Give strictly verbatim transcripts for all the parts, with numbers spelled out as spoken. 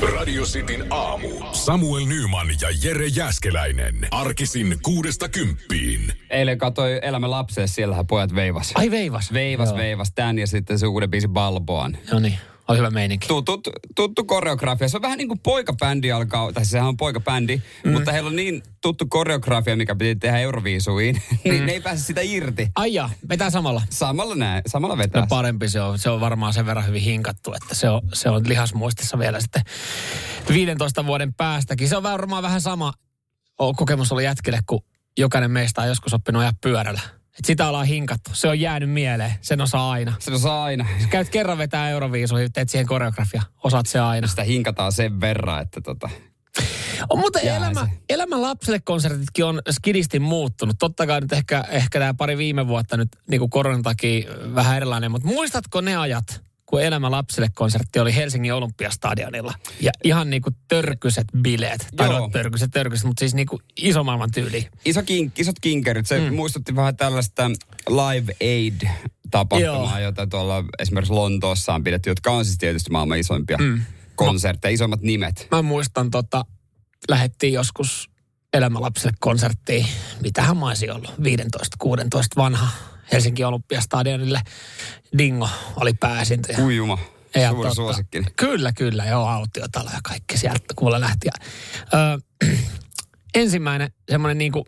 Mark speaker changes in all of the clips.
Speaker 1: Radio Cityn aamu. Samuel Nyman ja Jere Jääskeläinen. Arkisin kuudesta kymppiin.
Speaker 2: Eilen katsoi Elämä lapselle, siellähän pojat veivas.
Speaker 3: Ai veivas?
Speaker 2: Veivas,
Speaker 3: Joo.
Speaker 2: veivas. Tän ja sitten se uuden biisi Balboan.
Speaker 3: No niin, oli hyvä meininki.
Speaker 2: Tuttu, tuttu koreografia. Se on vähän niin kuin poikabändi alkaa, tai sehän on poikabändi, mm. mutta heillä on niin tuttu koreografia, mikä piti tehdä Euroviisuiin, mm. niin ne ei pääse sitä irti.
Speaker 3: Ai ja, vetää samalla.
Speaker 2: Samalla näin, samalla vetää.
Speaker 3: No parempi se on. Se on varmaan sen verran hyvin hinkattu, että se on, se on lihasmuistissa vielä sitten viidentoista vuoden päästäkin. Se on varmaan vähän sama kokemus ollut jätkille, kun jokainen meistä on joskus oppinut ajaa pyörällä. Et sitä ollaan hinkattu. Se on jäänyt mieleen. Sen osaa aina.
Speaker 2: Sen osaa aina.
Speaker 3: Jos käyt kerran vetää Euroviisuihin, teet siihen koreografia. Osaat se aina.
Speaker 2: Sitä hinkataan sen verran, että tota...
Speaker 3: On muuten elämä, elämä lapselle konsertitkin on skidisti muuttunut. Totta kai nyt ehkä, ehkä tämä pari viime vuotta nyt niin kuin koronan takia vähän erilainen. Mutta muistatko ne ajat, kun Elämä lapselle konsertti oli Helsingin Olympiastadionilla? Ja ihan niin kuin törkyset bileet. Tai no törkyset, törkyset, mutta siis niin kuin iso maailman tyyli.
Speaker 2: Iso kink, isot kinkerit. Se mm. muistutti vähän tällaista Live Aid-tapahtumaa, jota tuolla esimerkiksi Lontoossa on pidetty, jotka on siis tietysti maailman isoimpia mm. konsertteja, isoimmat nimet.
Speaker 3: Mä muistan, tota, lähdettiin joskus Elämä lapselle konserttiin. Mitähän mä olisin ollut? viisitoista kuusitoista vanha Helsingin Olympiastadionille. Dingo oli pääesiintyjä.
Speaker 2: Ujuma. Suuri suosikki.
Speaker 3: Kyllä, kyllä. Joo, autiotalo ja kaikki sieltä kuulla lähti. Ja, ö, ensimmäinen semmoinen niinku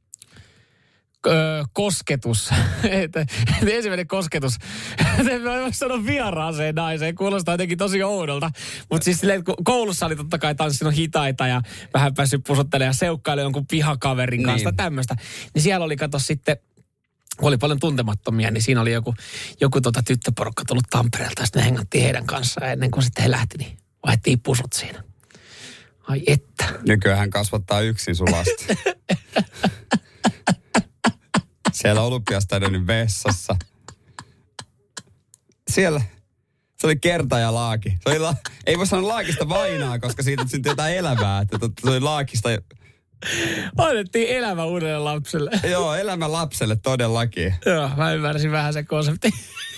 Speaker 3: ö, kosketus. ensimmäinen kosketus. Mä en voi sanoa vieraaseen naiseen. Kuulostaa jotenkin tosi oudolta. Mutta siis silleen, kun koulussa oli totta kai tanssinut hitaita ja vähän päässyt pusottelemaan ja seukkailemaan jonkun pihakaverin kanssa niin. Tämmöistä. Niin siellä oli, kato sitten, kun oli paljon tuntemattomia, niin siinä oli joku, joku tota tyttöporukka tullut Tampereelta. Sitten ne hengattiin heidän kanssaan. Ennen kuin sitten he lähti, niin vaihdettiin pusut siinä. Ai että.
Speaker 2: Nykyään hän kasvattaa yksin sun lasta. Siellä Olympiastadionin vessassa. Siellä. Se oli kerta ja laaki. Se oli la, ei voi sanoa laakista vainaa, koska siitä syntyi jotain elämää. Että se oli laakista...
Speaker 3: Annettiin elämä uudelle lapselle.
Speaker 2: Joo, elämä lapselle todellakin.
Speaker 3: Joo, mä ymmärsin vähän sen konseptin.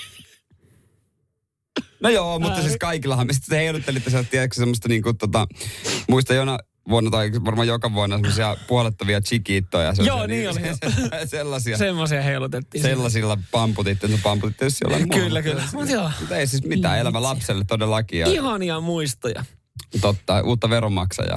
Speaker 2: No joo, mutta siis kaikillahan. Me sitten heiluttelitte sieltä, tiedätkö, semmoista niinku tota... Muista jona vuonna tai varmaan joka vuonna semmoisia puolettavia chiquittoja.
Speaker 3: Joo, niin oli.
Speaker 2: Sellaisia.
Speaker 3: Semmoisia heilutettiin.
Speaker 2: Sellaisilla pamputitte, no pamputitte jos jollain muulla.
Speaker 3: Kyllä, kyllä. Mutta joo.
Speaker 2: Mutta ei siis mitään, elämä lapselle todellakin. Ja...
Speaker 3: Ihania muistoja.
Speaker 2: Totta, uutta veronmaksajaa.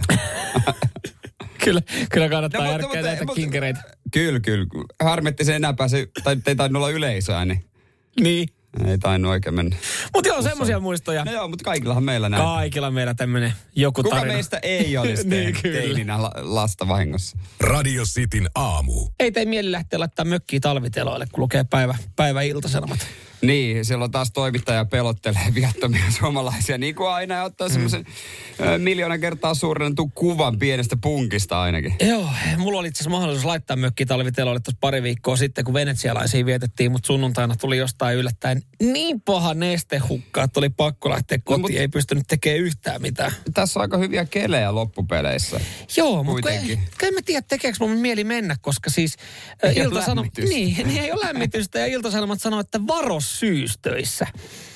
Speaker 3: Kyllä, kyllä kannattaa no, järkkää näitä mutta, kinkereitä.
Speaker 2: Kyllä, kyllä. Harmitti se enää pääse, tai ei tainnut olla yleisöä, niin...
Speaker 3: Niin.
Speaker 2: Ei tainnut oikein mennä.
Speaker 3: Mutta joo, semmoisia muistoja.
Speaker 2: No joo, mutta kaikillahan meillä näin.
Speaker 3: Kaikilla meillä tämmöinen joku
Speaker 2: Kuka
Speaker 3: tarina.
Speaker 2: Kuka meistä ei olisi niin, teininä la, lasta vahingossa?
Speaker 1: Radio Cityn aamu.
Speaker 3: Ei tee mieli lähteä laittaa mökkiä talviteloille, kun lukee päivä, päivä iltasanomat.
Speaker 2: Niin, silloin taas toimittaja pelottelee viattomia suomalaisia. Niin kuin aina ottaa semmoisen mm. miljoona kertaa suurennetun kuvan pienestä punkista ainakin.
Speaker 3: Joo, mulla oli itse asiassa mahdollisuus laittaa mökkiä talviteloille tuossa pari viikkoa sitten, kun venetsialaisia vietettiin, mutta sunnuntaina tuli jostain yllättäen niin paha nestehukka, että oli pakko lähteä kotiin, no, mut, ei pystynyt tekemään yhtään mitään.
Speaker 2: Tässä on aika hyviä kelejä loppupeleissä.
Speaker 3: Joo, mutta ei, en mä tiedä, tekeekö mun mieli mennä, koska siis iltasanomat, niin, niin ei ole lämmitystä ja iltasanomat sanoo, että varo syystöissä.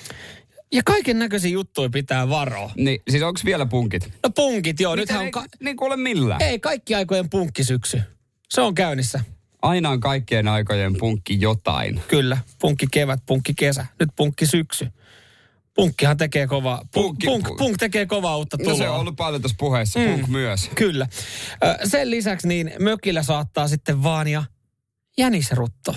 Speaker 3: Ja kaiken näköisiä juttuja pitää varoa.
Speaker 2: Niin, siis onko vielä punkit?
Speaker 3: No punkit, joo.
Speaker 2: Nythän on... Ka- niin kuule millään.
Speaker 3: Ei, kaikki aikojen punkkisyksy. Se on käynnissä.
Speaker 2: Aina on kaikkien aikojen punkki jotain.
Speaker 3: Kyllä. Punkki kevät, punkki kesä. Nyt punkki syksy. Punkkihan tekee kovaa. Punk, punk, punk tekee kovaa uutta tuloa.
Speaker 2: No se on ollut paljon tuossa puheessa. Mm. Punk myös.
Speaker 3: Kyllä. Sen lisäksi niin mökillä saattaa sitten vaan ja jänisrutto.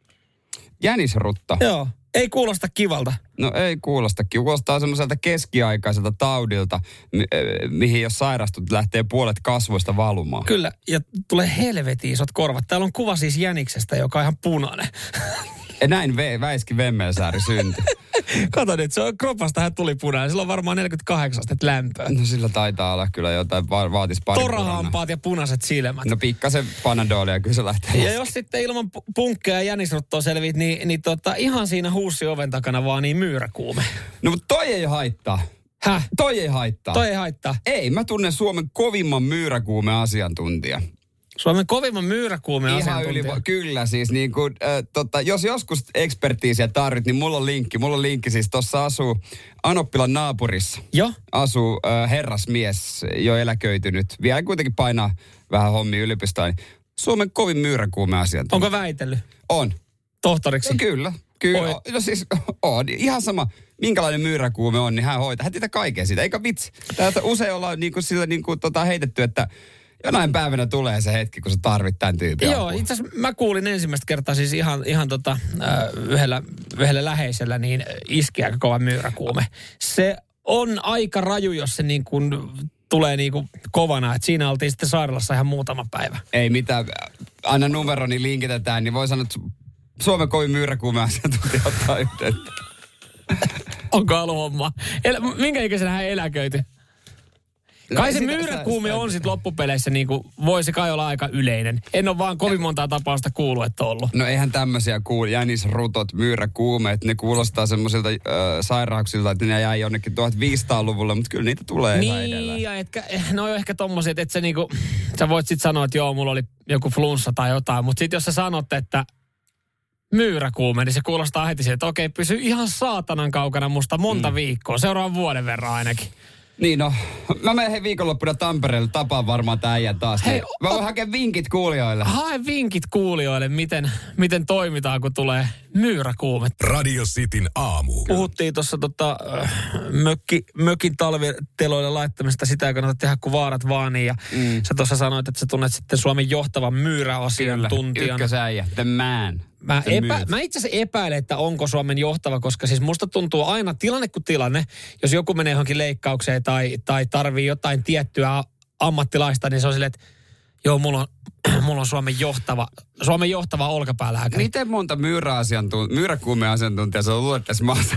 Speaker 2: Jänisrutta?
Speaker 3: Joo. Ei kuulosta kivalta.
Speaker 2: No ei kuulosta. Kuulostaa semmoiselta keskiaikaiselta taudilta, mi- mihin jos sairastut, lähtee puolet kasvoista valumaan.
Speaker 3: Kyllä, ja tulee helvetin isot korvat. Täällä on kuva siis jäniksestä, joka on ihan punainen.
Speaker 2: Ja näin ve- Väiski Vemmelsääri syntyi.
Speaker 3: Kato nyt, se on kropasta hän tuli punainen. Sillä on varmaan neljäkymmentäkahdeksan astetta lämpöä.
Speaker 2: No sillä taitaa olla kyllä jotain, va- vaatis pari
Speaker 3: torahampaat ja punaiset silmät.
Speaker 2: No pikkasen panadolia, kyllä se lähtee.
Speaker 3: Ja jos sitten ilman punkkeja ja jänisruttoa selvit, niin, niin tota, ihan siinä huussi oven takana vaan niin myyräkuume.
Speaker 2: No mutta toi ei haittaa.
Speaker 3: Häh?
Speaker 2: Toi ei haittaa.
Speaker 3: Toi ei haittaa.
Speaker 2: Ei, mä tunnen Suomen kovimman myyräkuume asiantuntija.
Speaker 3: Suomen kovimman myyräkuume
Speaker 2: Ihan
Speaker 3: asiantuntija.
Speaker 2: yli, kyllä siis niin kuin, äh, tota, jos joskus ekspertiisiä tarvit, niin mulla on linkki. Mulla on linkki siis tuossa asuu Anoppilan naapurissa.
Speaker 3: Joo.
Speaker 2: Asuu äh, herrasmies, jo eläköitynyt. Vielä kuitenkin painaa vähän hommia yliopistoon. Niin Suomen kovin myyräkuume asiantuntija.
Speaker 3: Onko väitellyt?
Speaker 2: On.
Speaker 3: Tohtoriksi?
Speaker 2: No, kyllä. Kyllä.
Speaker 3: Oi.
Speaker 2: No siis on. Ihan sama, minkälainen myyräkuume on, niin hän hoitaa. Hän tietää kaikkea siitä. Eikä vitsi. Täältä usein ollaan niinku sillä niinku tota heitetty, että jonain päivänä tulee se hetki, kun sä tarvit tämän tyypin
Speaker 3: Joo, itse asiassa mä kuulin ensimmäistä kertaa siis ihan, ihan tota, äh, yhdellä, yhdellä läheisellä niin iski aika kova myyräkuume. Se on aika raju, jos se niin kuin tulee niin kuin kovana. Että siinä oltiin sitten sairaalassa ihan muutama päivä.
Speaker 2: Ei mitään. Aina numeroni linkitetään, niin voi sanoa, että Suomen kovin myyräkuume asiantuntija ottaa yhteyttä.
Speaker 3: Onko ollut homma? El- minkä ikäisenä hän eläköity? Kai se myyräkuume on sitten loppupeleissä, niin kuin, voi se kai olla aika yleinen. En ole vaan kovin montaa tapausta kuullut, että on ollut.
Speaker 2: No eihän tämmöisiä kuulu. Jänisrutot, myyräkuumeet, ne kuulostaa semmoisilta äh, sairauksilta, että ne jäi jonnekin tuhatviisisataaluvulle, mutta kyllä niitä tulee
Speaker 3: niin,
Speaker 2: ihan edelleen.
Speaker 3: ja etkä, ne on ehkä tommosia, että et sä, niinku, sä voit sitten sanoa, että joo, mulla oli joku flunssa tai jotain, mutta sitten jos sä sanot, että myyräkuume, niin se kuulostaa heti siihen, että okei, pysyy ihan saatanan kaukana musta monta mm. viikkoa, seuraavan vuoden verran ainakin.
Speaker 2: Niin no, mä menen hei viikonloppuna Tampereelle, tapaan varmaan tää äijän taas.
Speaker 3: Hei,
Speaker 2: niin mä voin o- hakea vinkit kuulijoille.
Speaker 3: Hae vinkit kuulijoille, miten, miten toimitaan, kun tulee myyräkuume.
Speaker 1: Radio Cityn aamu.
Speaker 3: Puhuttiin tuossa tota, mökki, mökin talviteloille laittamista, sitä ei kannata tehdä kuin vaarat vaan niin. Ja mm. sä tuossa sanoit, että sä tunnet sitten Suomen johtavan myyräasiantuntijan.
Speaker 2: Ykkösäijä, the man.
Speaker 3: Mä, epä, mä itse asiassa epäilen, että onko Suomen johtava, koska siis musta tuntuu aina tilanne kuin tilanne, jos joku menee johonkin leikkaukseen tai, tai tarvii jotain tiettyä ammattilaista, niin se on silleen, että joo, mulla on, mulla on Suomen johtava, Suomen johtava olkapäälääkäri.
Speaker 2: Miten monta myyräasiantuntijaa, myyräkuumeasiantuntijaa sä luulet tässä maassa?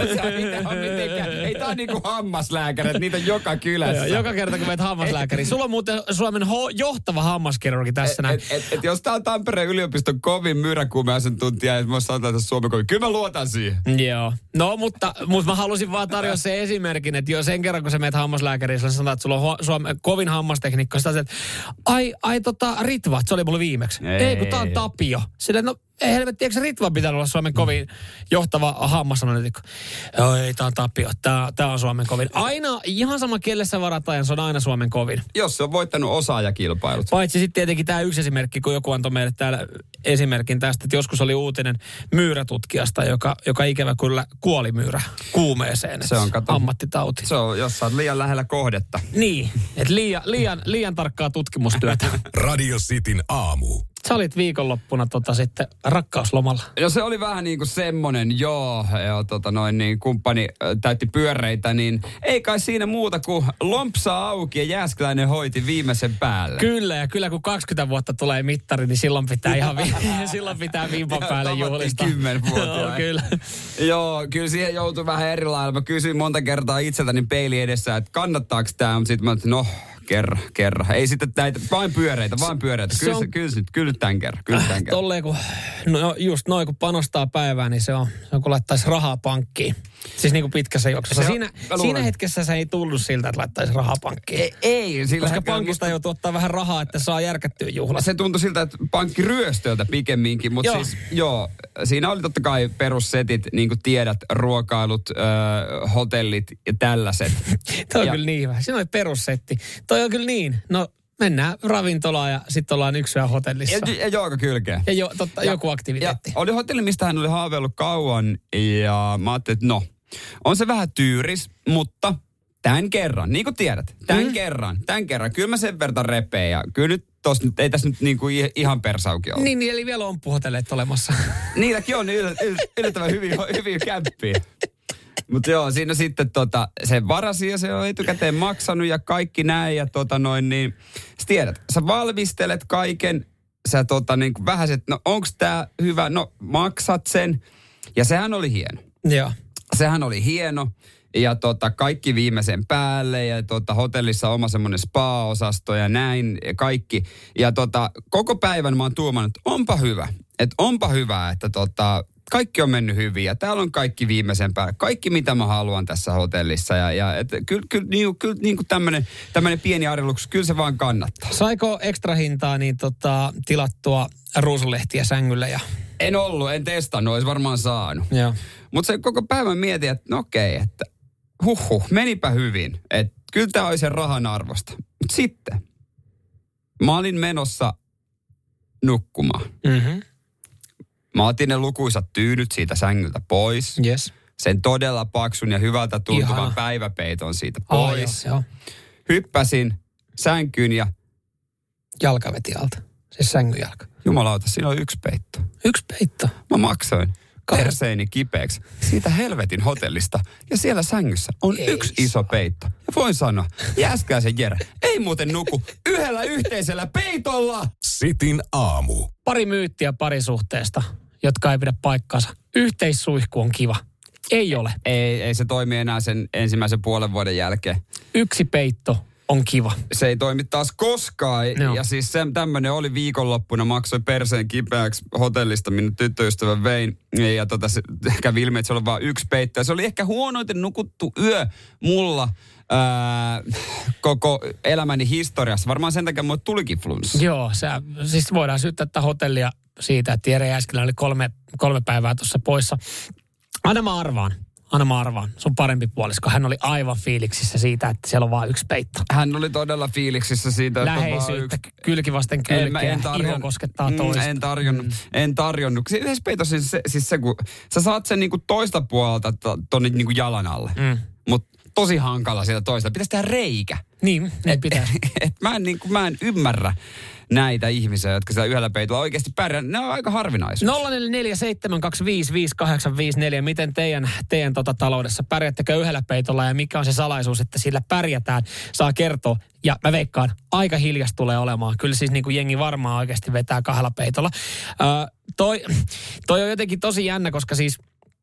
Speaker 2: Ei tää on niinku hammaslääkäri, niitä on joka kylässä.
Speaker 3: Joka kerta, kun menet hammaslääkäriin. Sulla on muuten Suomen ho- johtava hammaskirurgi tässä näin.
Speaker 2: Et, et, et, jos tää on Tampereen yliopiston kovin myyräkuumeasiantuntija, ja mä sanotaan, että Suomen kovin, kyllä mä luotan siihen.
Speaker 3: Joo. No, mutta, mutta mä halusin vaan tarjota sen esimerkin, että jo sen kerran, kun sä menet hammaslääkäriin, sä sanotaan, että sulla on Suomen kovin hammastekniikka. Sä että ai, ai tota, Ritva, se oli mulla viimeksi. Ei, Ei kun tää on Tapio. Silleen, no ei helvetti, eikö se Ritva pitänyt olla Suomen kovin johtava hammasanalytikko? Joo, ei, tää on Tapio. Tää, tää on Suomen kovin. Aina, ihan sama kielessä sä varat ajan, se on aina Suomen kovin.
Speaker 2: Jos se on voittanut osaajakilpailut.
Speaker 3: Paitsi sitten tietenkin tämä yksi esimerkki, kun joku antoi meille täällä esimerkin tästä, että joskus oli uutinen myyrätutkijasta, joka, joka ikävä kyllä kuoli myyrä kuumeeseen.
Speaker 2: Se on, kato,
Speaker 3: ammattitauti.
Speaker 2: Se on, jos sä oot liian lähellä kohdetta.
Speaker 3: Niin, että liian, liian, liian tarkkaa tutkimustyötä.
Speaker 1: Radio Cityn aamu.
Speaker 3: Sä olit viikonloppuna tota sitten rakkauslomalla.
Speaker 2: No se oli vähän niin kuin semmonen, joo, ja tota noin niin, kumppani äh, täytti pyöreitä, niin ei kai siinä muuta kuin lompsa auki ja Jääskeläinen hoiti viimeisen päälle.
Speaker 3: Kyllä, ja kyllä kun kaksikymmentä vuotta tulee mittari, niin silloin pitää ihan vi- silloin pitää vimpan päälle juhlistaa.
Speaker 2: kymmenvuotiaana.
Speaker 3: Joo, kyllä.
Speaker 2: Joo, kyllä siihen joutui vähän eri lailla. Mä kysyin monta kertaa itseltäni peili edessä, että kannattaako tämä, mutta sitten mä ajattelin, no kerran, kerran. Ei sitten näitä, vain pyöreitä, vain pyöreitä. Kyllä, on, kyllä, kyllä tämän kerran, kyllä tämän kerran.
Speaker 3: Tolleen kun, no just noin kun panostaa päivään, niin se on, se on kun laittaisi rahaa pankkiin. Siis niin kuin pitkässä juoksussa. On, siinä, siinä hetkessä se ei tullut siltä, että laittaisi rahaa pankkiin.
Speaker 2: Ei, ei sillä
Speaker 3: koska pankista musta joutuu ottaa vähän rahaa, että saa järkättyä juhlat.
Speaker 2: Se tuntui siltä, että pankki ryöstöltä pikemminkin, mutta joo. siis joo, siinä oli totta kai perussetit, niin kuin tiedät, ruokailut, äh, hotellit ja tällaiset.
Speaker 3: Toi on
Speaker 2: ja,
Speaker 3: kyllä niin hyvä. Siinä oli perussetti. Toi on kyllä niin. No mennään ravintolaan ja sitten ollaan yksi yö hotellissa.
Speaker 2: Ja, ja jooga kylkeen.
Speaker 3: Ja, jo, totta, ja joku aktiviteetti.
Speaker 2: Ja oli hotelli, mistä hän oli haaveillut kauan ja mä ajattelin, että no, on se vähän tyyris, mutta tämän kerran, niin kuin tiedät, tämän mm. kerran, tämän kerran, kyllä mä sen verran repeen ja kyllä nyt tos, nyt, ei tässä nyt niin kuin ihan persauki ole.
Speaker 3: Niin, niin, eli vielä on puhotelleet olemassa.
Speaker 2: Niilläkin on yllättävän hyviä, hyviä kämppiä. Mutta joo, siinä sitten tota, se varasi ja se on etukäteen maksanut ja kaikki näin ja tota noin niin. Sä tiedät, sä valmistelet kaiken, sä tota niin kuin vähäset, no onks tää hyvä, no maksat sen. Ja sehän oli hieno.
Speaker 3: Joo.
Speaker 2: Sehän oli hieno. Ja tota, kaikki viimeisen päälle ja tota, hotellissa oma semmoinen spa-osasto ja näin ja kaikki. Ja tota, koko päivän mä oon tuumannut, että onpa hyvä. Että onpa hyvä, että tota, kaikki on mennyt hyvin ja täällä on kaikki viimeisen päällä. Kaikki mitä mä haluan tässä hotellissa ja, ja et, kyllä, kyllä, niin, kyllä niin kuin tämmönen, tämmönen pieni arjeluksus, kyllä se vaan kannattaa.
Speaker 3: Saiko ekstra hintaa niin tota, tilattua ruusunlehtiä sängylle ja...
Speaker 2: En ollut, en testannut, olisi varmaan saanut. Mutta se koko päivän mietin, että no okei, että huhhuh, menipä hyvin. Että kyllä tämä oli sen rahan arvosta. Mutta sitten mä olin menossa nukkumaan.
Speaker 3: Mm-hmm.
Speaker 2: Mä otin ne lukuisat tyynyt siitä sängyltä pois.
Speaker 3: Yes.
Speaker 2: Sen todella paksun ja hyvältä tuntuvan Ihana. päiväpeiton siitä pois.
Speaker 3: Oh, joo, joo.
Speaker 2: Hyppäsin sänkyyn ja...
Speaker 3: Jalka veti alta. Siis sängyn jalka.
Speaker 2: Jumalauta, siinä oli yksi peitto.
Speaker 3: Yksi peitto?
Speaker 2: Mä maksoin perseeni kipeäksi siitä helvetin hotellista. Ja siellä sängyssä on ei yksi iso peitto. Ja voin sanoa, Jääskeläisen Jere ei muuten nuku yhdellä yhteisellä peitolla.
Speaker 1: Sitin aamu.
Speaker 3: Pari myyttiä parisuhteesta, jotka ei pidä paikkaansa. Yhteissuihku on kiva. Ei ole.
Speaker 2: Ei, ei se toimi enää sen ensimmäisen puolen vuoden jälkeen.
Speaker 3: Yksi peitto on kiva.
Speaker 2: Se ei toimi taas koskaan.
Speaker 3: No.
Speaker 2: Ja siis se, tämmöinen oli viikonloppuna, maksoi perseen kipeäksi hotellista, minne tyttöystävän vein. Ja tota, se kävi ilmi, että se oli vain yksi peitto. Ja se oli ehkä huonoiten nukuttu yö mulla ää, koko elämäni historiassa. Varmaan sen takia mulle tulikin flunssa.
Speaker 3: Joo, se, siis voidaan syyttää tätä hotellia siitä, että Jere Jääskelä oli kolme, kolme päivää tuossa poissa. Aina mä arvaan. Aina mä arvaan. Sun parempi puolisko. Hän oli aivan fiiliksissä siitä, että siellä on vain yksi peitto.
Speaker 2: Hän oli todella fiiliksissä siitä, että
Speaker 3: läheisyyttä,
Speaker 2: on yksi...
Speaker 3: kylki vasten kylkeä,
Speaker 2: en, en tarjon...
Speaker 3: iho koskettaa toista.
Speaker 2: En tarjonnut. Mm. En tarjonnut. Se yhdessä peitossa siis se, siis se, kun sä saat sen niinku toista puolelta tonne niinku jalan alle. Mm. Mut tosi hankala sieltä toista. Pitäisi tehdä reikä.
Speaker 3: Niin, niin pitäisi.
Speaker 2: Et, et mä, en, niinku, mä en ymmärrä näitä ihmisiä, jotka siellä yhdellä peitolla oikeasti pärjää. Ne on aika harvinaisuus.
Speaker 3: nolla neljä neljä seitsemän kaksi viisi viisi kahdeksan viisi neljä. Miten teidän, teidän tota taloudessa pärjättekö yhdellä peitolla ja mikä on se salaisuus, että sillä pärjätään? Saa kertoa. Ja mä veikkaan, aika hiljas tulee olemaan. Kyllä siis niin kuin jengi varmaan oikeasti vetää kahdella peitolla. Öö, toi, toi on jotenkin tosi jännä, koska siis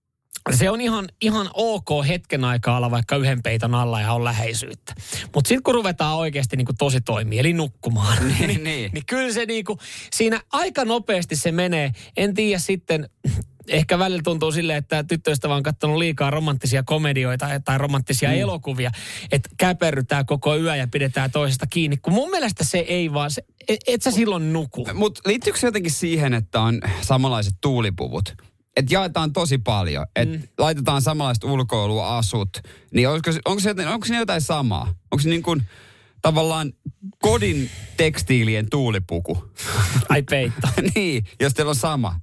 Speaker 3: se on ihan, ihan ok hetken aikaa olla vaikka yhden peiton alla ja on läheisyyttä. Mutta sitten kun ruvetaan oikeasti niinku tosi toimia, eli nukkumaan, niin, niin, niin. niin kyllä se niinku, siinä aika nopeasti se menee. En tiedä sitten, ehkä välillä tuntuu silleen, että tyttöystävä on katsonut liikaa romanttisia komedioita tai romanttisia mm. elokuvia, että käperrytään koko yö ja pidetään toisesta kiinni. Kun mun mielestä se ei vaan, se, et, et sä silloin nuku.
Speaker 2: Mutta liittyykö se jotenkin siihen, että on samanlaiset tuulipuvut? Että jaetaan tosi paljon, että mm. laitetaan samanlaiset ulkoiluasut, niin onko, onko, se, onko se jotain samaa? Onko se niin kuin tavallaan kodin tekstiilien tuulipuku?
Speaker 3: Ai peitto.
Speaker 2: Niin, jos teillä on sama.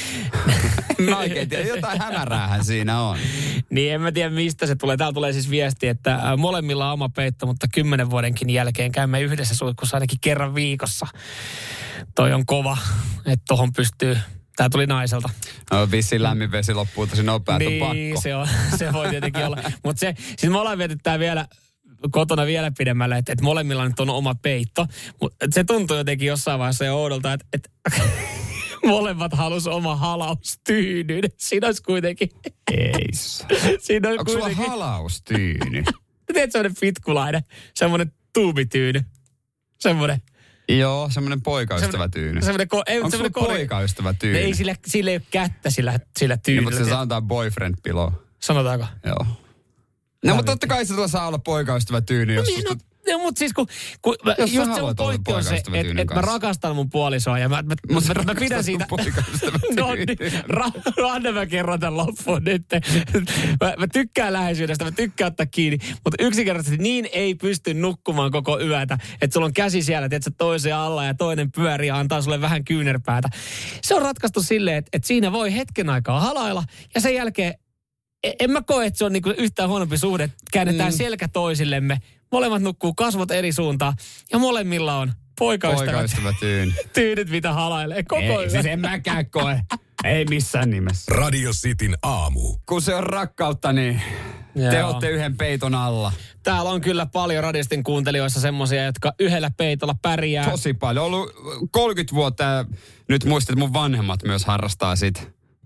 Speaker 2: Mä oikein tiedä, jotain hämäräähän siinä on.
Speaker 3: Niin, en mä tiedä mistä se tulee. Täällä tulee siis viesti, että molemmilla on oma peitto, mutta kymmenen vuodenkin jälkeen käymme yhdessä suihkussa ainakin kerran viikossa. Toi on kova, että tohon pystyy... Tää tuli naiselta.
Speaker 2: No, vissiin lämmin vesi loppuu tosi nopeasti,
Speaker 3: niin,
Speaker 2: on pakko.
Speaker 3: se on, se voi tietenkin olla. Mutta se, siis me ollaan viety tää vielä kotona vielä pidemmälle, että et molemmilla nyt on oma peitto. Mutta se tuntuu jotenkin jossain vaiheessa jo oudolta, että et, molemmat halus oma halaustyynyn. Siinä olisi kuitenkin...
Speaker 2: Ei.
Speaker 3: Siinä on
Speaker 2: Onko kuitenkin... sulla halaustyyny?
Speaker 3: Teet semmoinen fitkulainen, semmoinen tuubityyny. Semmoinen...
Speaker 2: Joo, semmoinen poikaystävätyyny.
Speaker 3: Semmoinen ko- ei,
Speaker 2: onko sulla poikaystävätyyny?
Speaker 3: Ei, sillä, sillä ei ole kättä sillä, sillä tyynyllä.
Speaker 2: Niin, mutta se sanotaan boyfriend pillow.
Speaker 3: Sanotaanko?
Speaker 2: Joo. No, mutta totta kai se saa olla poikaystävätyyny, jos...
Speaker 3: No, niin, no, no, mutta siis kun... kun mä,
Speaker 2: jos
Speaker 3: just se on pointti on se, että et mä rakastan mun puolisoa ja mä, mä, mä, mä, mä pidän siitä... No niin, ra- Anna mä kerron tämän loppuun nyt. Mä, mä tykkään läheisyydestä, mä tykkään ottaa kiinni, mutta yksinkertaisesti niin ei pysty nukkumaan koko yötä, että sulla on käsi siellä, että sä toisen alla ja toinen pyörii ja antaa sulle vähän kyynärpäätä. Se on ratkaistu silleen, että, että siinä voi hetken aikaa halailla ja sen jälkeen en mä koe, että se on niinku yhtään huonompi suhde. Käännetään mm. selkä toisillemme. Molemmat nukkuu kasvot eri suuntaan. Ja molemmilla on poikaystävät.
Speaker 2: Poikaystävätyyny.
Speaker 3: Tyynyt, mitä halailee koko
Speaker 2: ei, siis en mäkään koe. Ei missään nimessä.
Speaker 1: Radio Cityn aamu.
Speaker 2: Kun se on rakkautta, niin Joo. te olette yhden peiton alla.
Speaker 3: Täällä on kyllä paljon radiostin kuuntelijoissa semmoisia, jotka yhdellä peitolla pärjää.
Speaker 2: Tosi paljon. Ollut kolmekymmentä vuotta ja nyt muistat, että mun vanhemmat myös harrastaa sit.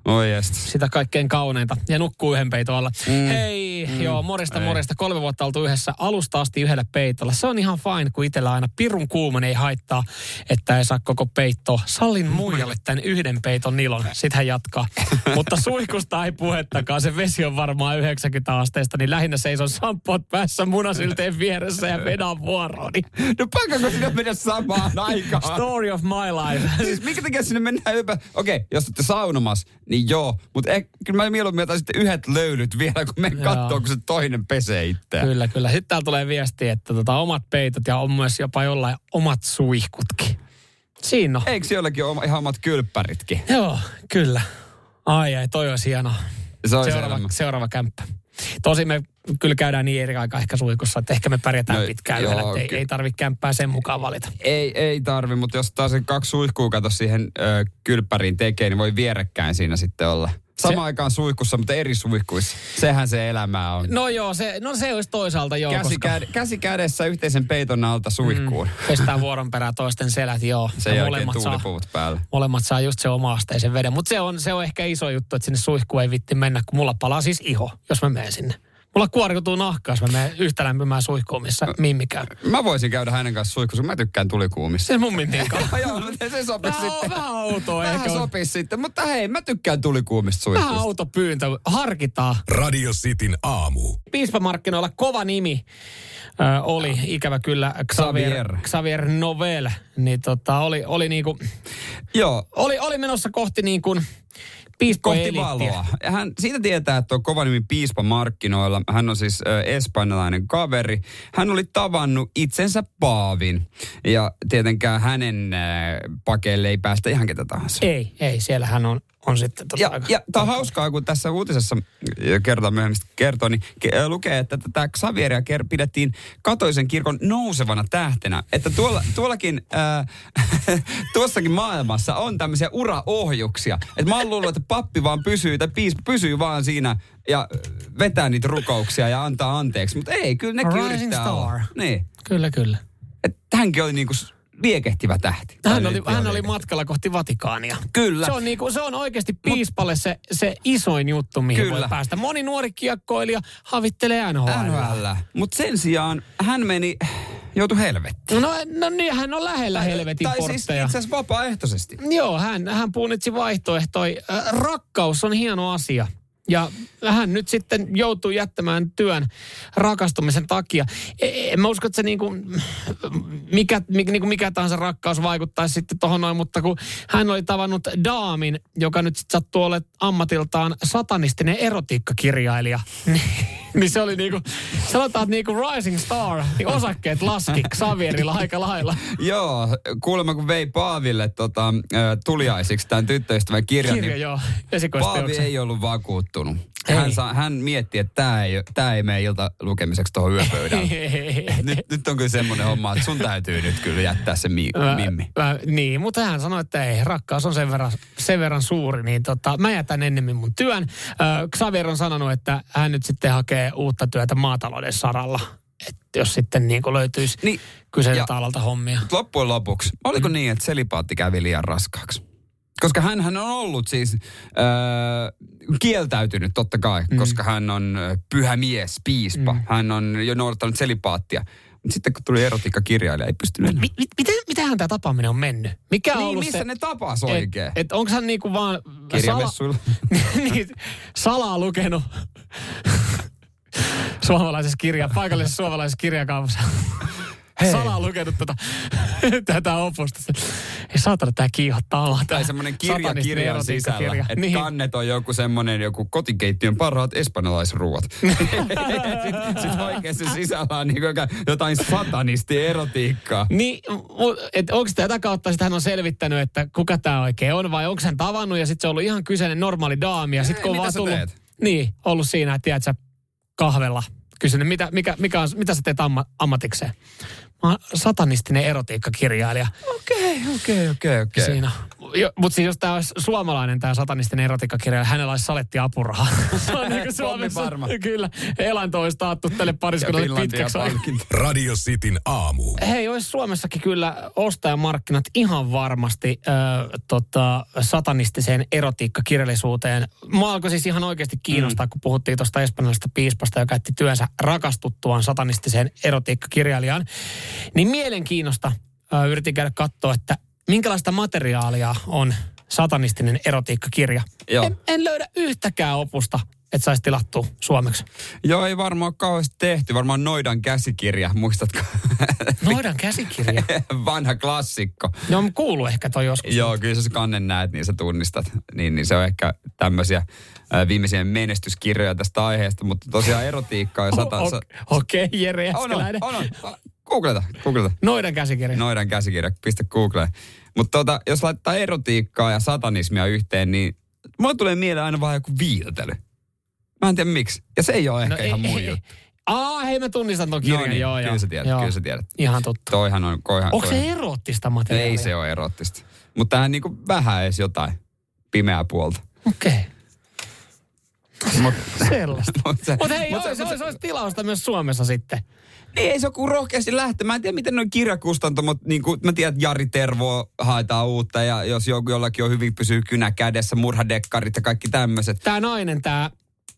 Speaker 2: Oi jestas.
Speaker 3: Sitä kaikkein kauneinta. Ja nukkuu yhden peiton alla. Mm. Hei, mm. joo, morista, Ei. morista. Kolme vuotta oltu yhdessä alusta asti yhdellä peitolla. Se on ihan fine, kun itsellä aina pirun kuuman ei haittaa, että ei saa koko peittoa. Sallin muijalle tämän yhden peiton nilon. Sitten hän jatkaa. Mutta suihkusta ei puhettakaan. Se vesi on varmaan yhdeksänkymmentä asteesta, niin lähinnä seison samppuot päässä munasilteen vieressä ja vedän vuorooni.
Speaker 2: No pakko sinne mennä samaan aikaan.
Speaker 3: Story of my life.
Speaker 2: Siis minkä takia sinne mennään ympäri? Okei, okay, jos olette saunomassa, niin joo. Mutta eh, kyllä mä mieluummin otan sitten yhdet löylyt vielä, kun menen kattoo, kun se toinen pesee itseään.
Speaker 3: Kyllä, kyllä. Sitten täällä tulee viesti, että tota, omat peitot ja on myös jopa jollain omat suihkutkin. Siinä on.
Speaker 2: Eikö jollakin ole ihan omat kylppäritkin?
Speaker 3: Joo, kyllä. Ai ai, toi olisi hienoa.
Speaker 2: Se
Speaker 3: seuraava, seuraava kämppä. Tosin me kyllä käydään niin eri aikaa ehkä suihkussa, että ehkä me pärjätään no, pitkään joo, yhdellä, ei, ky- ei tarvitse kämppää sen mukaan valita.
Speaker 2: Ei, ei tarvi, mutta jos taas kaksi suihkua kato siihen ö, kylppäriin tekee, niin voi vierekkäin siinä sitten olla. Samaan aikaan suihkussa, mutta eri suihkuissa. Sehän se elämä on.
Speaker 3: No joo, se, no se olisi toisaalta joo.
Speaker 2: Käsi,
Speaker 3: koska...
Speaker 2: käd, käsi kädessä yhteisen peiton alta suihkuun.
Speaker 3: Mm, pestään vuoron perään toisten selät, joo.
Speaker 2: Sen ja jälkeen tuulipuvut saa, päälle.
Speaker 3: Molemmat saa just se oma-asteisen veden. Mutta se on, se on ehkä iso juttu, että sinne suihkuun ei vitti mennä, kun mulla palaa siis iho, jos mä menen sinne. Mulla kuoriutuu nahkaa, jos mä menen yhtä lämpimään suihkuun, missä Mimmi käy.
Speaker 2: Mä voisin käydä hänen kanssa suihkussa, kun mä tykkään tulikuumissa.
Speaker 3: Se mun Mimmin kanssa.
Speaker 2: Joo, se sopisi sitten.
Speaker 3: Vähän outoa.
Speaker 2: Vähän sopisi sitten, mutta hei, mä tykkään tulikuumista suihkusta.
Speaker 3: Vähän outo pyyntö, harkitaan.
Speaker 1: Radio Cityn aamu.
Speaker 3: Piispamarkkinoilla kova nimi ö, oli ikävä kyllä Xavier, Xavier. Xavier Novel. Niin tota, oli, oli niinku...
Speaker 2: Joo.
Speaker 3: Oli, oli menossa kohti niin kuin...
Speaker 2: Kohti valoa. Hän siitä tietää, että on kova nimi piispa markkinoilla. Hän on siis äh, espanjalainen kaveri. Hän oli tavannut itsensä paavin. Ja tietenkään hänen äh, pakeille ei päästä ihan ketä tahansa.
Speaker 3: Ei, ei. Siellä hän on, on sitten... Tota
Speaker 2: ja
Speaker 3: aika,
Speaker 2: ja tämä on hauskaa, kun tässä uutisessa kertaa myöhemmin kertoo, niin ke, lukee, että tätä Xavieria pidettiin katolisen kirkon nousevana tähtenä. Että tuolla, tuollakin, äh, tuossakin maailmassa on tämmöisiä uraohjuksia. Että mä oon luullut, että pappi vaan pysyy, tai piispa pysyy vaan siinä ja vetää niitä rukouksia ja antaa anteeksi. Mutta ei, kyllä nekin
Speaker 3: Rising
Speaker 2: yrittää
Speaker 3: star.
Speaker 2: olla. Niin.
Speaker 3: Kyllä, kyllä.
Speaker 2: Että hänkin oli niinku liekehtivä tähti.
Speaker 3: Hän oli, hän oli matkalla kohti Vatikaania.
Speaker 2: Kyllä.
Speaker 3: Se on, niinku, se on oikeasti piispalle se, se isoin juttu, mihin Kyllä. voi päästä. Moni nuori kiekkoilija havittelee N H L.
Speaker 2: N H L. Mutta sen sijaan hän meni, joutui helvettiin.
Speaker 3: No, no niin, hän on lähellä tai, helvetin
Speaker 2: tai
Speaker 3: portteja.
Speaker 2: Tai siis itse asiassa vapaaehtoisesti.
Speaker 3: Joo, hän, hän punnitsi vaihtoehtoja. Rakkaus on hieno asia. Ja hän nyt sitten joutuu jättämään työn rakastumisen takia. En mä usko, että se niinku, mikä, niinku mikä tahansa rakkaus vaikuttaisi sitten tohon noin, mutta kun hän oli tavannut daamin, joka nyt sitten sattuu olemaan ammatiltaan satanistinen erotiikkakirjailija, niin se oli niinku, sanotaan, että niinku Rising Star, niin osakkeet laski Xavierilla aika lailla.
Speaker 2: Joo, kuulemma kun vei Paaville tota, tuliaisiksi tämän tyttöystävän kirjan,
Speaker 3: Kirja,
Speaker 2: niin
Speaker 3: joo.
Speaker 2: Paavi ei ollut vakuuttunut. Hän, saa, hän mietti, että tämä ei, tää ei mene ilta lukemiseksi tuohon yöpöydälle. nyt, nyt on kyllä semmoinen homma, että sun täytyy nyt kyllä jättää se mi, mä, mimmi.
Speaker 3: Mä, niin, mutta hän sanoi, että ei, rakkaus on sen verran, sen verran suuri, niin tota, mä jätän ennemmin mun työn. Äh, Xavier on sanonut, että hän nyt sitten hakee uutta työtä maatalouden saralla. Että jos sitten niin kuin löytyisi niin, kyseiseltä alalta hommia.
Speaker 2: Loppujen lopuksi, oliko mm. niin, että selipaatti kävi liian raskaaksi? Koska hänhän on ollut siis äh, kieltäytynyt totta kai, mm. koska hän on pyhä mies, piispa. Mm. Hän on jo noudattanut selipaattia. Mutta sitten kun tuli erotiikkakirjailija, ei pystynyt enää.
Speaker 3: Mi- mi- miten, mitähän tämä tapaaminen on mennyt? Mikä on
Speaker 2: niin,
Speaker 3: ollut
Speaker 2: missä
Speaker 3: se,
Speaker 2: ne tapas oikein?
Speaker 3: Että et onko hän niinku vaan...
Speaker 2: Kirjamessuilla.
Speaker 3: Sala, niin, salaa lukenut suomalaisessa kirja, paikallisessa suomalaisessa kirjakaupassa. Hei. Salaa lukenut tätä, tätä opusta. Ei saatana, tää kiihottaa.
Speaker 2: Tai semmoinen kirja kirjan sisällä. Että niin. Kannet on joku semmoinen joku kotikeittiön parhaat espanjalaisruuat. Sitten sit oikeasti sisällä on niin jotain satanisti-erotiikkaa.
Speaker 3: Niin, että onko tätä kautta sitten hän on selvittänyt, että kuka tää oikein on, vai onko hän tavannut ja sitten se on ollut ihan kyseinen normaali daami. Ja sitten kun on vaan tullut, teet? Niin, ollut siinä, että tiedät sä, kahvella. Kysynyt, mitä, mikä, mikä on, mitä sä teet amma, ammatikseen? Mä oon satanistinen erotiikkakirjailija.
Speaker 2: Okei, okei, okei, okei.
Speaker 3: Siinä. Mutta siis jos tämä olisi suomalainen, tämä satanisten erotiikkakirja, hänellä olisi saletti apuraha. Se on niin kuin Suomessa.
Speaker 2: Varma.
Speaker 3: Kyllä. Elanto olisi taattu tälle pariskunnalle pitkäksi aikaa.
Speaker 1: Radio Cityn aamu.
Speaker 3: Hei, olisi Suomessakin kyllä ostajamarkkinat ihan varmasti äh, tota, satanistiseen erotiikkakirjallisuuteen. Mua alkoi siis ihan oikeasti kiinnostaa, mm. kun puhuttiin tuosta espanjalaisesta piispasta, joka käytti työnsä rakastuttuaan satanistiseen erotiikkakirjailijaan. Niin mielenkiinnosta äh, yritin käydä katsoa, että minkälaista materiaalia on satanistinen erotiikkakirja. En, en löydä yhtäkään opusta, että saisi tilattua suomeksi.
Speaker 2: Joo, ei varmaan kauheasti tehty. Varmaan Noidan käsikirja, muistatko?
Speaker 3: Noidan käsikirja?
Speaker 2: Vanha klassikko.
Speaker 3: Joo, no, kuuluu ehkä toi joskus.
Speaker 2: Joo, kyllä jos kannen näet, niin sä tunnistat. Niin, niin se on ehkä tämmöisiä äh, viimeisiä menestyskirjoja tästä aiheesta, mutta tosiaan erotiikkaa ja sata...
Speaker 3: Okei, okay, okay, Jere Jääskeläinen.
Speaker 2: On, on, on. Googleta, googleta.
Speaker 3: Noidan käsikirja.
Speaker 2: Noidan käsikirja, pistä Googleen. Mutta tota, jos laittaa erotiikkaa ja satanismia yhteen, niin mulle tulee mieleen aina vaan joku viiltely. Mä en tiedä miksi. Ja se ei ole ehkä no ihan mun juttu.
Speaker 3: Aa, hei mä tunnistan ton kirjan,
Speaker 2: no niin,
Speaker 3: joo,
Speaker 2: kyllä
Speaker 3: joo.
Speaker 2: Sä tiedät,
Speaker 3: joo.
Speaker 2: kyllä sä tiedät.
Speaker 3: Ihan totta.
Speaker 2: Toihan on... Koihan,
Speaker 3: Onko
Speaker 2: toihan.
Speaker 3: se erottista materiaalia?
Speaker 2: Ei se ole erottista. Mutta tähän niinku vähän edes jotain pimeää puolta.
Speaker 3: Okei. Okay.
Speaker 2: Mut,
Speaker 3: Sellaista.
Speaker 2: Mutta
Speaker 3: Mut hei,
Speaker 2: mut
Speaker 3: joo,
Speaker 2: se,
Speaker 3: se,
Speaker 2: mut
Speaker 3: olisi, se olisi tilausta myös Suomessa sitten.
Speaker 2: Niin, ei se ole kuin rohkeasti lähteä. Mä en tiedä, miten noin kirjakustanto, mutta niin kuin, mä tiedän, että Jari Tervo haetaan uutta ja jos joku jollakin on hyvin pysyy kynä kädessä, murhadekkarit ja kaikki tämmöiset.
Speaker 3: Tää nainen, tää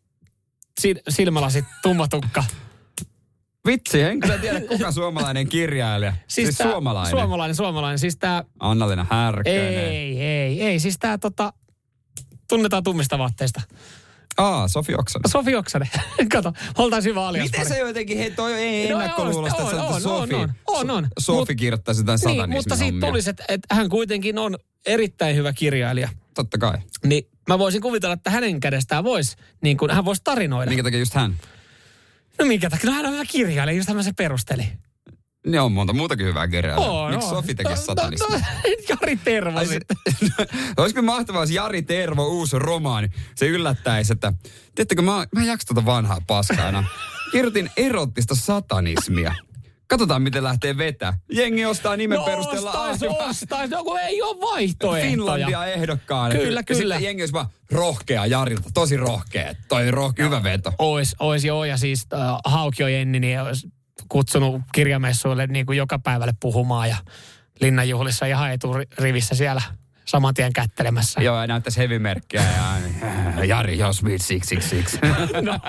Speaker 3: silmälasit, tummatukka.
Speaker 2: Vitsi, en kyllä tiedä, kuka suomalainen kirjailija.
Speaker 3: Siis,
Speaker 2: siis
Speaker 3: tää,
Speaker 2: suomalainen.
Speaker 3: Suomalainen, suomalainen. Siis tää...
Speaker 2: Anna-Leena Härkönen.
Speaker 3: Ei, ei, ei. Siis tää tota... Tunnetaan tummista vaatteista.
Speaker 2: Aa, Sofi Oksanen.
Speaker 3: Sofi Oksanen. Kato, oltaisiin hyvä alias.
Speaker 2: Miten se jotenkin, hei toi ei
Speaker 3: no,
Speaker 2: ennakkoluulosta, että
Speaker 3: on, on,
Speaker 2: Sofi.
Speaker 3: On, on, on.
Speaker 2: Sofi kirjoittaisi jotain satanismin
Speaker 3: Niin, mutta siitä tulisi, että, että hän kuitenkin on erittäin hyvä kirjailija.
Speaker 2: Totta kai.
Speaker 3: Niin mä voisin kuvitella, että hänen kädestään voisi, niin kuin hän voisi tarinoida.
Speaker 2: Minkä takia just hän?
Speaker 3: No minkä takia? No hän on hyvä kirjailija, just hän se perusteli.
Speaker 2: Ne on monta muutakin hyvää kirjailijaa.
Speaker 3: Oh,
Speaker 2: Miksi
Speaker 3: no.
Speaker 2: Sofi tekisi satanismia?
Speaker 3: No, no, Jari Tervo sitten.
Speaker 2: Olisiko mahtavaa, jos Jari Tervo uusi romaani, se yllättäisi, että tiedättekö, mä, mä en jaksa tuota vanhaa paskana. Kirjoitin erottista satanismia. Katsotaan, miten lähtee vetää. Jengi ostaa nimen
Speaker 3: no,
Speaker 2: perusteella.
Speaker 3: Ostais, ostais. No kun ei ole vaihtoehtoja.
Speaker 2: Finlandia ehdokkaana.
Speaker 3: Kyllä, kyllä.
Speaker 2: Sitten jengi olisi vaan rohkea Jarilta. Tosi rohkea. Toi rohkea, hyvä veto.
Speaker 3: Ois, ois joo. Ja siis äh, Haukio Jenni niin olisi kutsunut kirjamessuille niin kuin joka päivälle puhumaan ja linnanjuhlissa ihan eturivissä siellä saman tien kättelemässä.
Speaker 2: Joo, ja näyttäisi hevimerkkiä ja Jari, jos viit, siksi, siksi, siksi.
Speaker 3: No.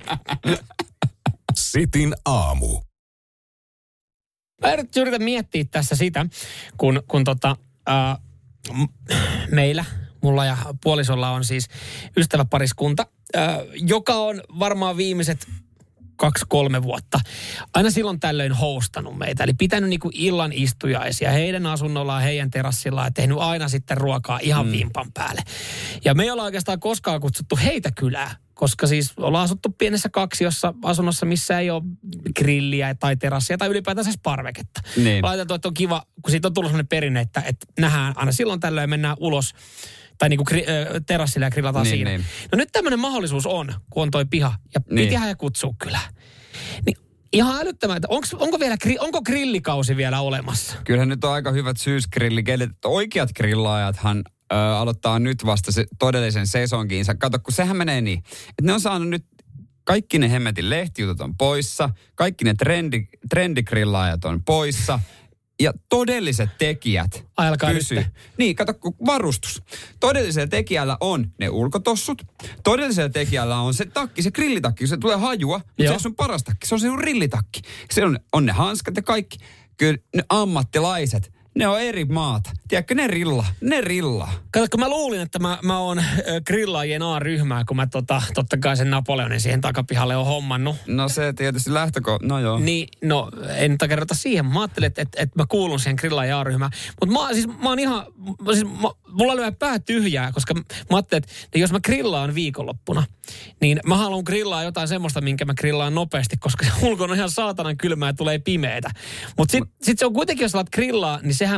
Speaker 1: Cityn aamu.
Speaker 3: Mä yritän miettiä tässä sitä, kun, kun tota, ää, meillä, mulla ja puolisolla on siis ystäväpariskunta, ää, joka on varmaan viimeiset kaksi, kolme vuotta aina silloin tällöin hostannut meitä. Eli pitänyt niinku illan istujaisia heidän asunnollaan, heidän terassillaan ja tehnyt aina sitten ruokaa ihan mm. vimpan päälle. Ja me ei olla oikeastaan koskaan kutsuttu heitä kylään, koska siis ollaan asuttu pienessä kaksiossa asunnossa, missä ei ole grilliä tai terassia tai ylipäätään siis parveketta.
Speaker 2: Niin.
Speaker 3: Laitettu, että on kiva, kun siitä on tullut sellainen perinne, että, että nähdään aina silloin tällöin mennään ulos tai niinku gri, terassille ja grillataan
Speaker 2: niin,
Speaker 3: siinä.
Speaker 2: Niin.
Speaker 3: No nyt tämmöinen mahdollisuus on, kun on toi piha ja
Speaker 2: niin.
Speaker 3: pitihän ja kutsuu kylään. Niin ihan älyttömän, että onko, onko, vielä, onko grillikausi vielä olemassa?
Speaker 2: Kyllähän nyt on aika hyvät syysgrillikeidet. Oikeat grillaajathan ö, aloittaa nyt vasta se todellisen sesonkiinsa. Kato, kun sehän menee niin, että ne on saanut nyt kaikki ne hemmetin lehtijutut on poissa, kaikki ne trendi, trendigrillaajat on poissa. Ja todelliset tekijät pysyy. Niin, kato, kun varustus. Todellisella tekijällä on ne ulkotossut. Todellisella tekijällä on se takki, se grillitakki. Se tulee hajua, mutta se on sun paras takki. Se on se sun grillitakki. Se on, on ne hanskat ja kaikki. Kyllä ne ammattilaiset, ne on eri maata. Tiedätkö, ne rilla, ne rilla.
Speaker 3: Kato, kun mä luulin, että mä, mä oon äh, grillaajien A-ryhmää, kun mä tota, totta kai sen Napoleonin siihen takapihalle on hommannut.
Speaker 2: No se tietysti lähtöko, no joo.
Speaker 3: Niin, no en takerrota siihen. Mä ajattelin, että, että, että mä kuulun siihen grillaajien A-ryhmään. Mutta mä, siis, mä oon ihan, siis, mä, mulla oli vähän pää tyhjää, koska mä ajattelin, että jos mä grillaan viikonloppuna, niin mä haluan grillaa jotain semmoista, minkä mä grillaan nopeasti, koska ulkona on ihan saatanan kylmää ja tulee pimeätä. Mutta sitten sit se on kuitenkin, jos alat grillaa, niin sehän on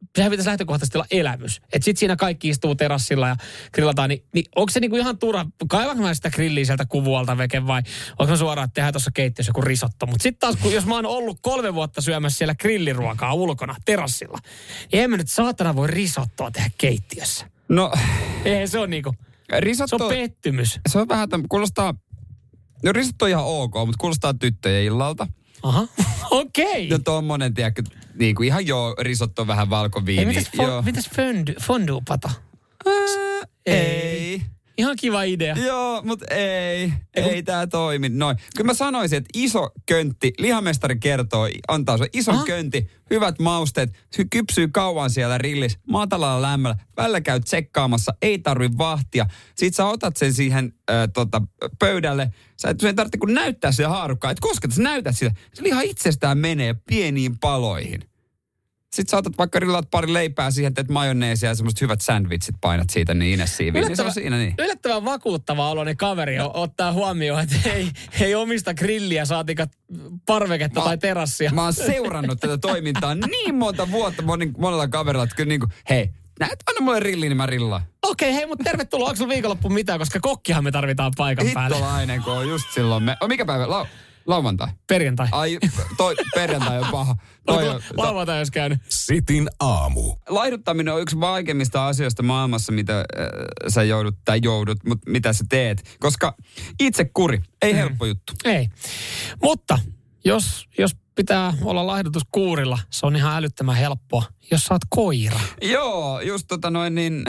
Speaker 3: sehän pitäisi lähtökohtaisesti olla elämys. Että sit siinä kaikki istuu terassilla ja grillataan, niin, niin onko se niinku ihan turha, kaivanko mä sitä grilliä sieltä kuvualta veke vai onko mä suoraan, että tehdään tuossa keittiössä joku risotto. Mutta sitten taas, kun jos mä oon ollut kolme vuotta syömässä siellä grilliruokaa ulkona terassilla, niin en mä nyt saatana voi risottoa tehdä keittiössä.
Speaker 2: No.
Speaker 3: Eihän se on niinku,
Speaker 2: Risotto,
Speaker 3: se on pettymys.
Speaker 2: Se on vähän, tämän, kuulostaa, no risotto on ihan ok, mutta kuulostaa tyttöjen illalta.
Speaker 3: Aha, okei. Okay.
Speaker 2: No tommonen, tiedätkö, niin kuin ihan joo, risotto vähän valkoviini.
Speaker 3: Ei, mitäs, fo, mitäs fondue, fondue-pata?
Speaker 2: Ää, ei. ei.
Speaker 3: Ihan kiva idea.
Speaker 2: Joo, mutta ei. Ei, ei tää toimi. Noin. Kyllä mä sanoisin, että iso köntti, lihamestari kertoo, antaa se iso Aha. köntti, hyvät mausteet, se kypsyy kauan siellä rillissä, matalalla lämmöllä, välillä käy tsekkaamassa, ei tarvi vahtia. Sitten sä otat sen siihen äh, tota, pöydälle, sä et sen tarvitse kun näyttää sitä haarukkaa, että koska sä näytät sitä, se liha itsestään menee pieniin paloihin. Sitten sä otat vaikka rillaat pari leipää siihen, teet majoneesia ja semmoiset hyvät sandwichit painat siitä niin Inessiiviin. Niin se on siinä niin.
Speaker 3: Yllättävän vakuuttava oloinen kaveri no. ottaa huomioon, että ei, ei omista grilliä, saatika parveketta mä, tai terassia.
Speaker 2: Mä oon seurannut tätä toimintaa niin monta vuotta moni, monella kaverilla, että kyllä niin kuin, hei, näet, anna mulle rilli, niin mä rillaan.
Speaker 3: Okei, okay, hei, mutta tervetuloa. Onko sulla viikonloppu mitään, koska kokkihan me tarvitaan paikan päälle.
Speaker 2: Hittolainen, kun on just silloin me... Oh, mikä päivä? Lau... Lauantai.
Speaker 3: Perjantai.
Speaker 2: Ai, toi perjantai on paha. Toi on,
Speaker 3: to... Lauantai olisi käynyt.
Speaker 1: Sitin aamu.
Speaker 2: Laihduttaminen on yksi vaikeimmista asioista maailmassa, mitä äh, sä joudut tai joudut, mutta mitä sä teet. Koska itse kuri, ei mm. helppo juttu.
Speaker 3: Ei. Mutta jos, jos pitää olla laihdutuskuurilla, se on ihan älyttömän helppoa, jos sä oot koira.
Speaker 2: Joo, just tota noin niin,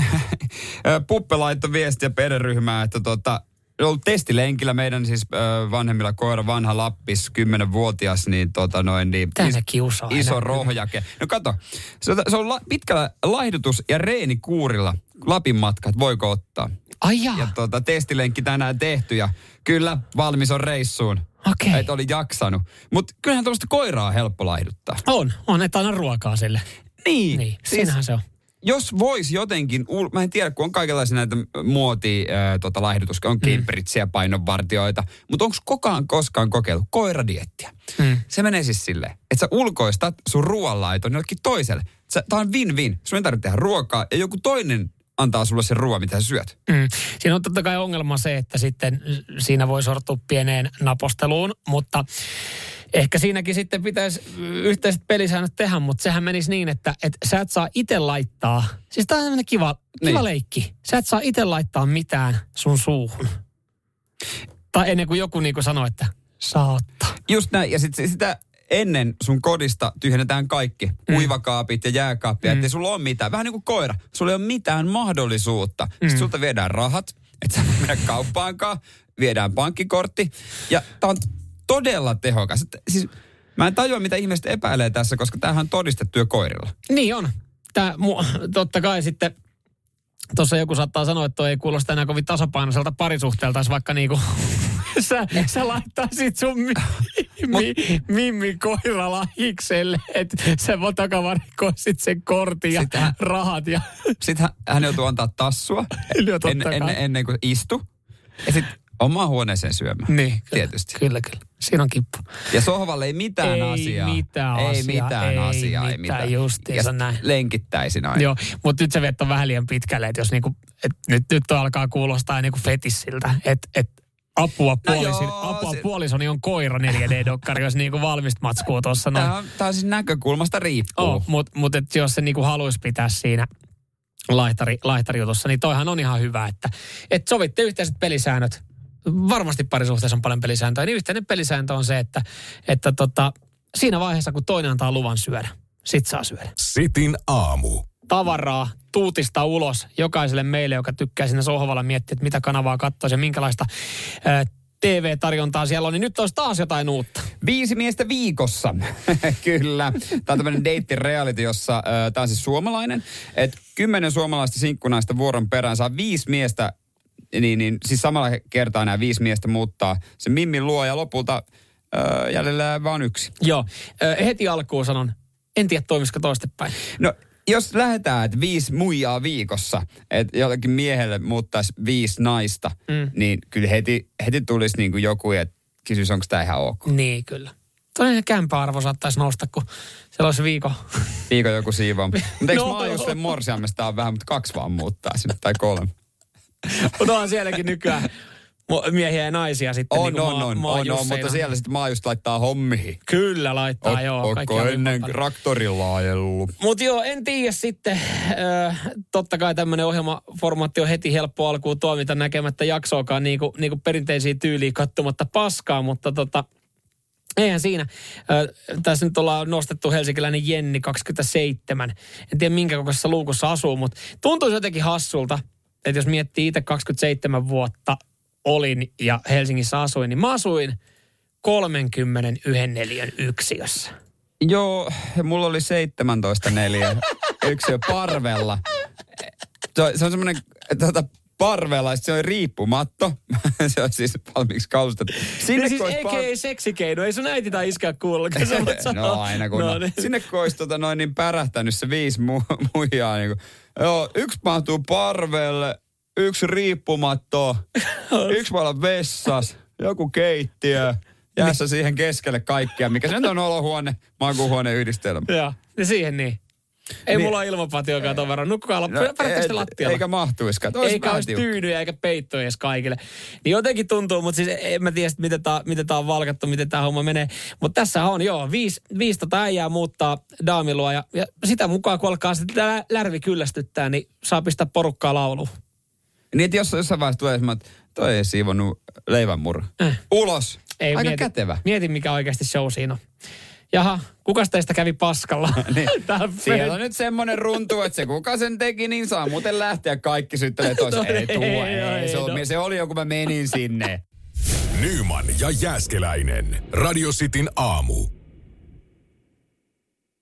Speaker 2: Puppe laittoi viestiä perheryhmään, että tota, on ollut testilenkillä meidän siis äh, vanhemmilla koira, vanha Lappis, kymmenvuotias, niin tota noin niin...
Speaker 3: Is, kiusaa
Speaker 2: iso rohjake. No kato, se on, se on la, pitkällä laihdutus- ja reenikuurilla Lapin matkat, voiko ottaa?
Speaker 3: Ai jaa.
Speaker 2: Ja tota, testilenkki tänään tehty ja kyllä valmis on reissuun.
Speaker 3: Okei. Okay.
Speaker 2: Että oli jaksanut. Mutta kyllähän tuollaista koiraa on helppo laihduttaa.
Speaker 3: On, on, että anna ruokaa sille.
Speaker 2: Niin.
Speaker 3: Niin,
Speaker 2: siis,
Speaker 3: siinähän se on.
Speaker 2: Jos voisi jotenkin, mä en tiedä, kun on kaikenlaisia näitä muotia ää, tota, laihdutus, on kimpritsiä, painonvartioita, mutta onko kokaan koskaan kokeillut koiradiettiä? Mm. Se menee siis silleen, että sä ulkoistat sun ruoanlaiton jollekin toiselle. Tämä on win-win. Sun ei tarvitse tehdä ruokaa ja joku toinen antaa sulle sen ruoan, mitä sä syöt.
Speaker 3: Mm. Siinä on totta kai ongelma se, että sitten siinä voi sortua pieneen naposteluun, mutta ehkä siinäkin sitten pitäisi yhteiset pelisäännöt tehdä, mutta sehän menisi niin, että, että sä et saa itse laittaa, siis tää on sellainen kiva, kiva niin. leikki. Sä et saa itse laittaa mitään sun suuhun. Tai ennen kuin joku niin kuin sanoo, että saa ottaa.
Speaker 2: Just näin, ja sitten sitä ennen sun kodista tyhjennetään kaikki, mm. kuivakaapit ja jääkaappi, mm. ettei sulla ole mitään. Vähän niin kuin koira, sulla ei ole mitään mahdollisuutta. Mm. Sitten sulta viedään rahat, että sä voi mennä kauppaankaan, viedään pankkikortti, ja tää on todella tehokas. Siis, mä en tajua, mitä ihmiset epäilee tässä, koska tämähän on todistettu jo koirilla.
Speaker 3: Niin on. Tää, totta kai sitten, tuossa joku saattaa sanoa, että toi ei kuulosta enää kovin tasapainoiselta parisuhteelta, jos vaikka niinku sä, sä laittaisit sun mi, mi, mimmi koiralahikselle, että sä vaan takavarikoisit sen kortin ja
Speaker 2: sitten hän,
Speaker 3: rahat. Ja
Speaker 2: sitten hän joutuu antaa tassua en, ennen, ennen kuin istu. Ja sitten omaan huoneeseen syömään.
Speaker 3: Niin, kyllä,
Speaker 2: tietysti.
Speaker 3: Kyllä, kyllä. Siinä on kippu.
Speaker 2: Ja sohvalle ei mitään
Speaker 3: ei
Speaker 2: asiaa.
Speaker 3: Mitään
Speaker 2: ei
Speaker 3: asiaa.
Speaker 2: mitään
Speaker 3: ei
Speaker 2: asiaa. Ei
Speaker 3: mitään,
Speaker 2: mitään.
Speaker 3: justiinsa näin.
Speaker 2: Lenkittäisin aina.
Speaker 3: Joo, mutta nyt se vettä vähän liian pitkälle, että jos niinku, et nyt, nyt alkaa kuulostaa niinku fetissiltä, että et apua, puolisin, no apua se... puolisoni on koira neljä D-dokkari, jos niinku valmista matskua tuossa.
Speaker 2: Tämä on, tämä on siis näkökulmasta riippuu.
Speaker 3: Oh, mutta mut, jos se niinku haluaisi pitää siinä laihtari, lahtarijutussa, niin toihan on ihan hyvä, että et sovitte yhteiset pelisäännöt. Varmasti parisuhteessa on paljon pelisääntöjä, niin yhteinen pelisääntö on se, että, että tota, siinä vaiheessa, kun toinen antaa luvan syödä, sit saa syödä.
Speaker 1: Sitin aamu.
Speaker 3: Tavaraa tuutista ulos jokaiselle meille, joka tykkää siinä sohvalla miettiä, että mitä kanavaa katsoisi ja minkälaista ää, T V-tarjontaa siellä on, niin nyt olisi taas jotain uutta.
Speaker 2: Viisi miestä viikossa. Kyllä. Tämä on tämmöinen date-reality, jossa äh, tämä on siis suomalainen. Että kymmenen suomalaista sinkkunaista vuoron perään saa viisi miestä, niin, niin siis samalla kertaa nämä viisi miestä muuttaa sen Mimmin luo ja lopulta äh, jäljellä vaan yksi.
Speaker 3: Joo. Äh, heti alkuun sanon, en tiedä toimisiko toistepäin.
Speaker 2: No, jos lähdetään, että viisi muijaa viikossa, että jollekin miehelle muuttaisi viisi naista, mm. niin kyllä heti, heti tulisi niin kuin joku, että kysyisi, onko tämä ihan ok.
Speaker 3: Niin, kyllä. Toinen kämpäarvo saattaisi nousta, kun siellä olisi viikon.
Speaker 2: Viikon joku siivoon. Mutta eikö
Speaker 3: No.
Speaker 2: Maajusten morsiamesta on vähän, mutta kaksi vaan muuttaa sinne, tai kolme.
Speaker 3: Mutta on sielläkin nykyään mo- miehiä ja naisia sitten.
Speaker 2: On,
Speaker 3: niin
Speaker 2: on, on, on, on, mutta siellä sitten Maajust laittaa hommiin.
Speaker 3: Kyllä laittaa,
Speaker 2: O,
Speaker 3: joo.
Speaker 2: Onko ennen traktorilla ajellut?
Speaker 3: Mutta joo, en tiedä sitten. Ö, totta kai tämmöinen ohjelmaformaatti on heti helppo alkuun tuomita näkemättä jaksoakaan niin kuin, niin kuin perinteisiin tyyliin katsomatta paskaa, mutta tota... Eihän siinä. Ö, tässä nyt ollaan nostettu helsinkiläinen Jenni kaksikymmentäseitsemän. En tiedä minkä kokoisessa luukussa asuu, mutta tuntuisi jotenkin hassulta, että jos miettii itse kaksikymmentäseitsemän vuotta olin ja Helsingissä asuin, niin mä asuin kolmekymmentäyksi neliön yksiössä.
Speaker 2: Joo, ja mulla oli seitsemäntoista neljä. Yksiö parvella. Se on, se on semmoinen tuota, parvella, ja se on riippumatto. Se on siis valmiiksi kaustettu.
Speaker 3: Sinne siis
Speaker 2: kun
Speaker 3: eikä
Speaker 2: par...
Speaker 3: ei seksikeino, ei sun äiti tai iskä kuulla.
Speaker 2: No aina kun no, niin. Sinne kun olisi tota, noin niin pärähtänyt se viisi mu- muijaa. Niin kuin, joo, yksi mahtuu parvelle, yksi riippumatto, yksi voi olla vessas, joku keittiö. Jäässä siihen keskelle kaikkea, mikä se nyt on olohuone, makuuhuone yhdistelmä.
Speaker 3: Joo, ja siihen niin. Ei niin. Mulla ole ilmapatiokaan ton verran. Nukkukaa no, pärjättäisitte lattialla.
Speaker 2: Eikä mahtuiskaan.
Speaker 3: Eikä olisi tyynyjä eikä peittoja edes kaikille. Niin jotenkin tuntuu, mutta siis en mä tiedä, miten tää, miten tää on valkattu, miten tää homma menee. Mutta tässä on joo, viisi, viisi tota äijää muuttaa daamilua ja, ja sitä mukaan, kun alkaa sitten lärvi kyllästyttää, niin saa pistää porukkaa lauluun.
Speaker 2: Niin, että jos jossain vaiheessa tulee että toi ei siivonnut leivänmurra. Äh. Ulos.
Speaker 3: Ei,
Speaker 2: aika
Speaker 3: mieti,
Speaker 2: kätevä.
Speaker 3: Mieti, mikä oikeasti show siinä on. Jaha, kukas teistä kävi paskalla?
Speaker 2: niin. Siellä on nyt semmoinen runtu, että se kuka sen teki, niin saa muuten lähteä kaikki syttelee tois.
Speaker 3: No,
Speaker 2: ei, tuu,
Speaker 3: ei,
Speaker 2: ei,
Speaker 3: ei,
Speaker 2: se,
Speaker 3: no.
Speaker 2: oli, se oli joku, mä menin sinne.
Speaker 1: Nyman ja Jääskeläinen. Radio Cityn aamu.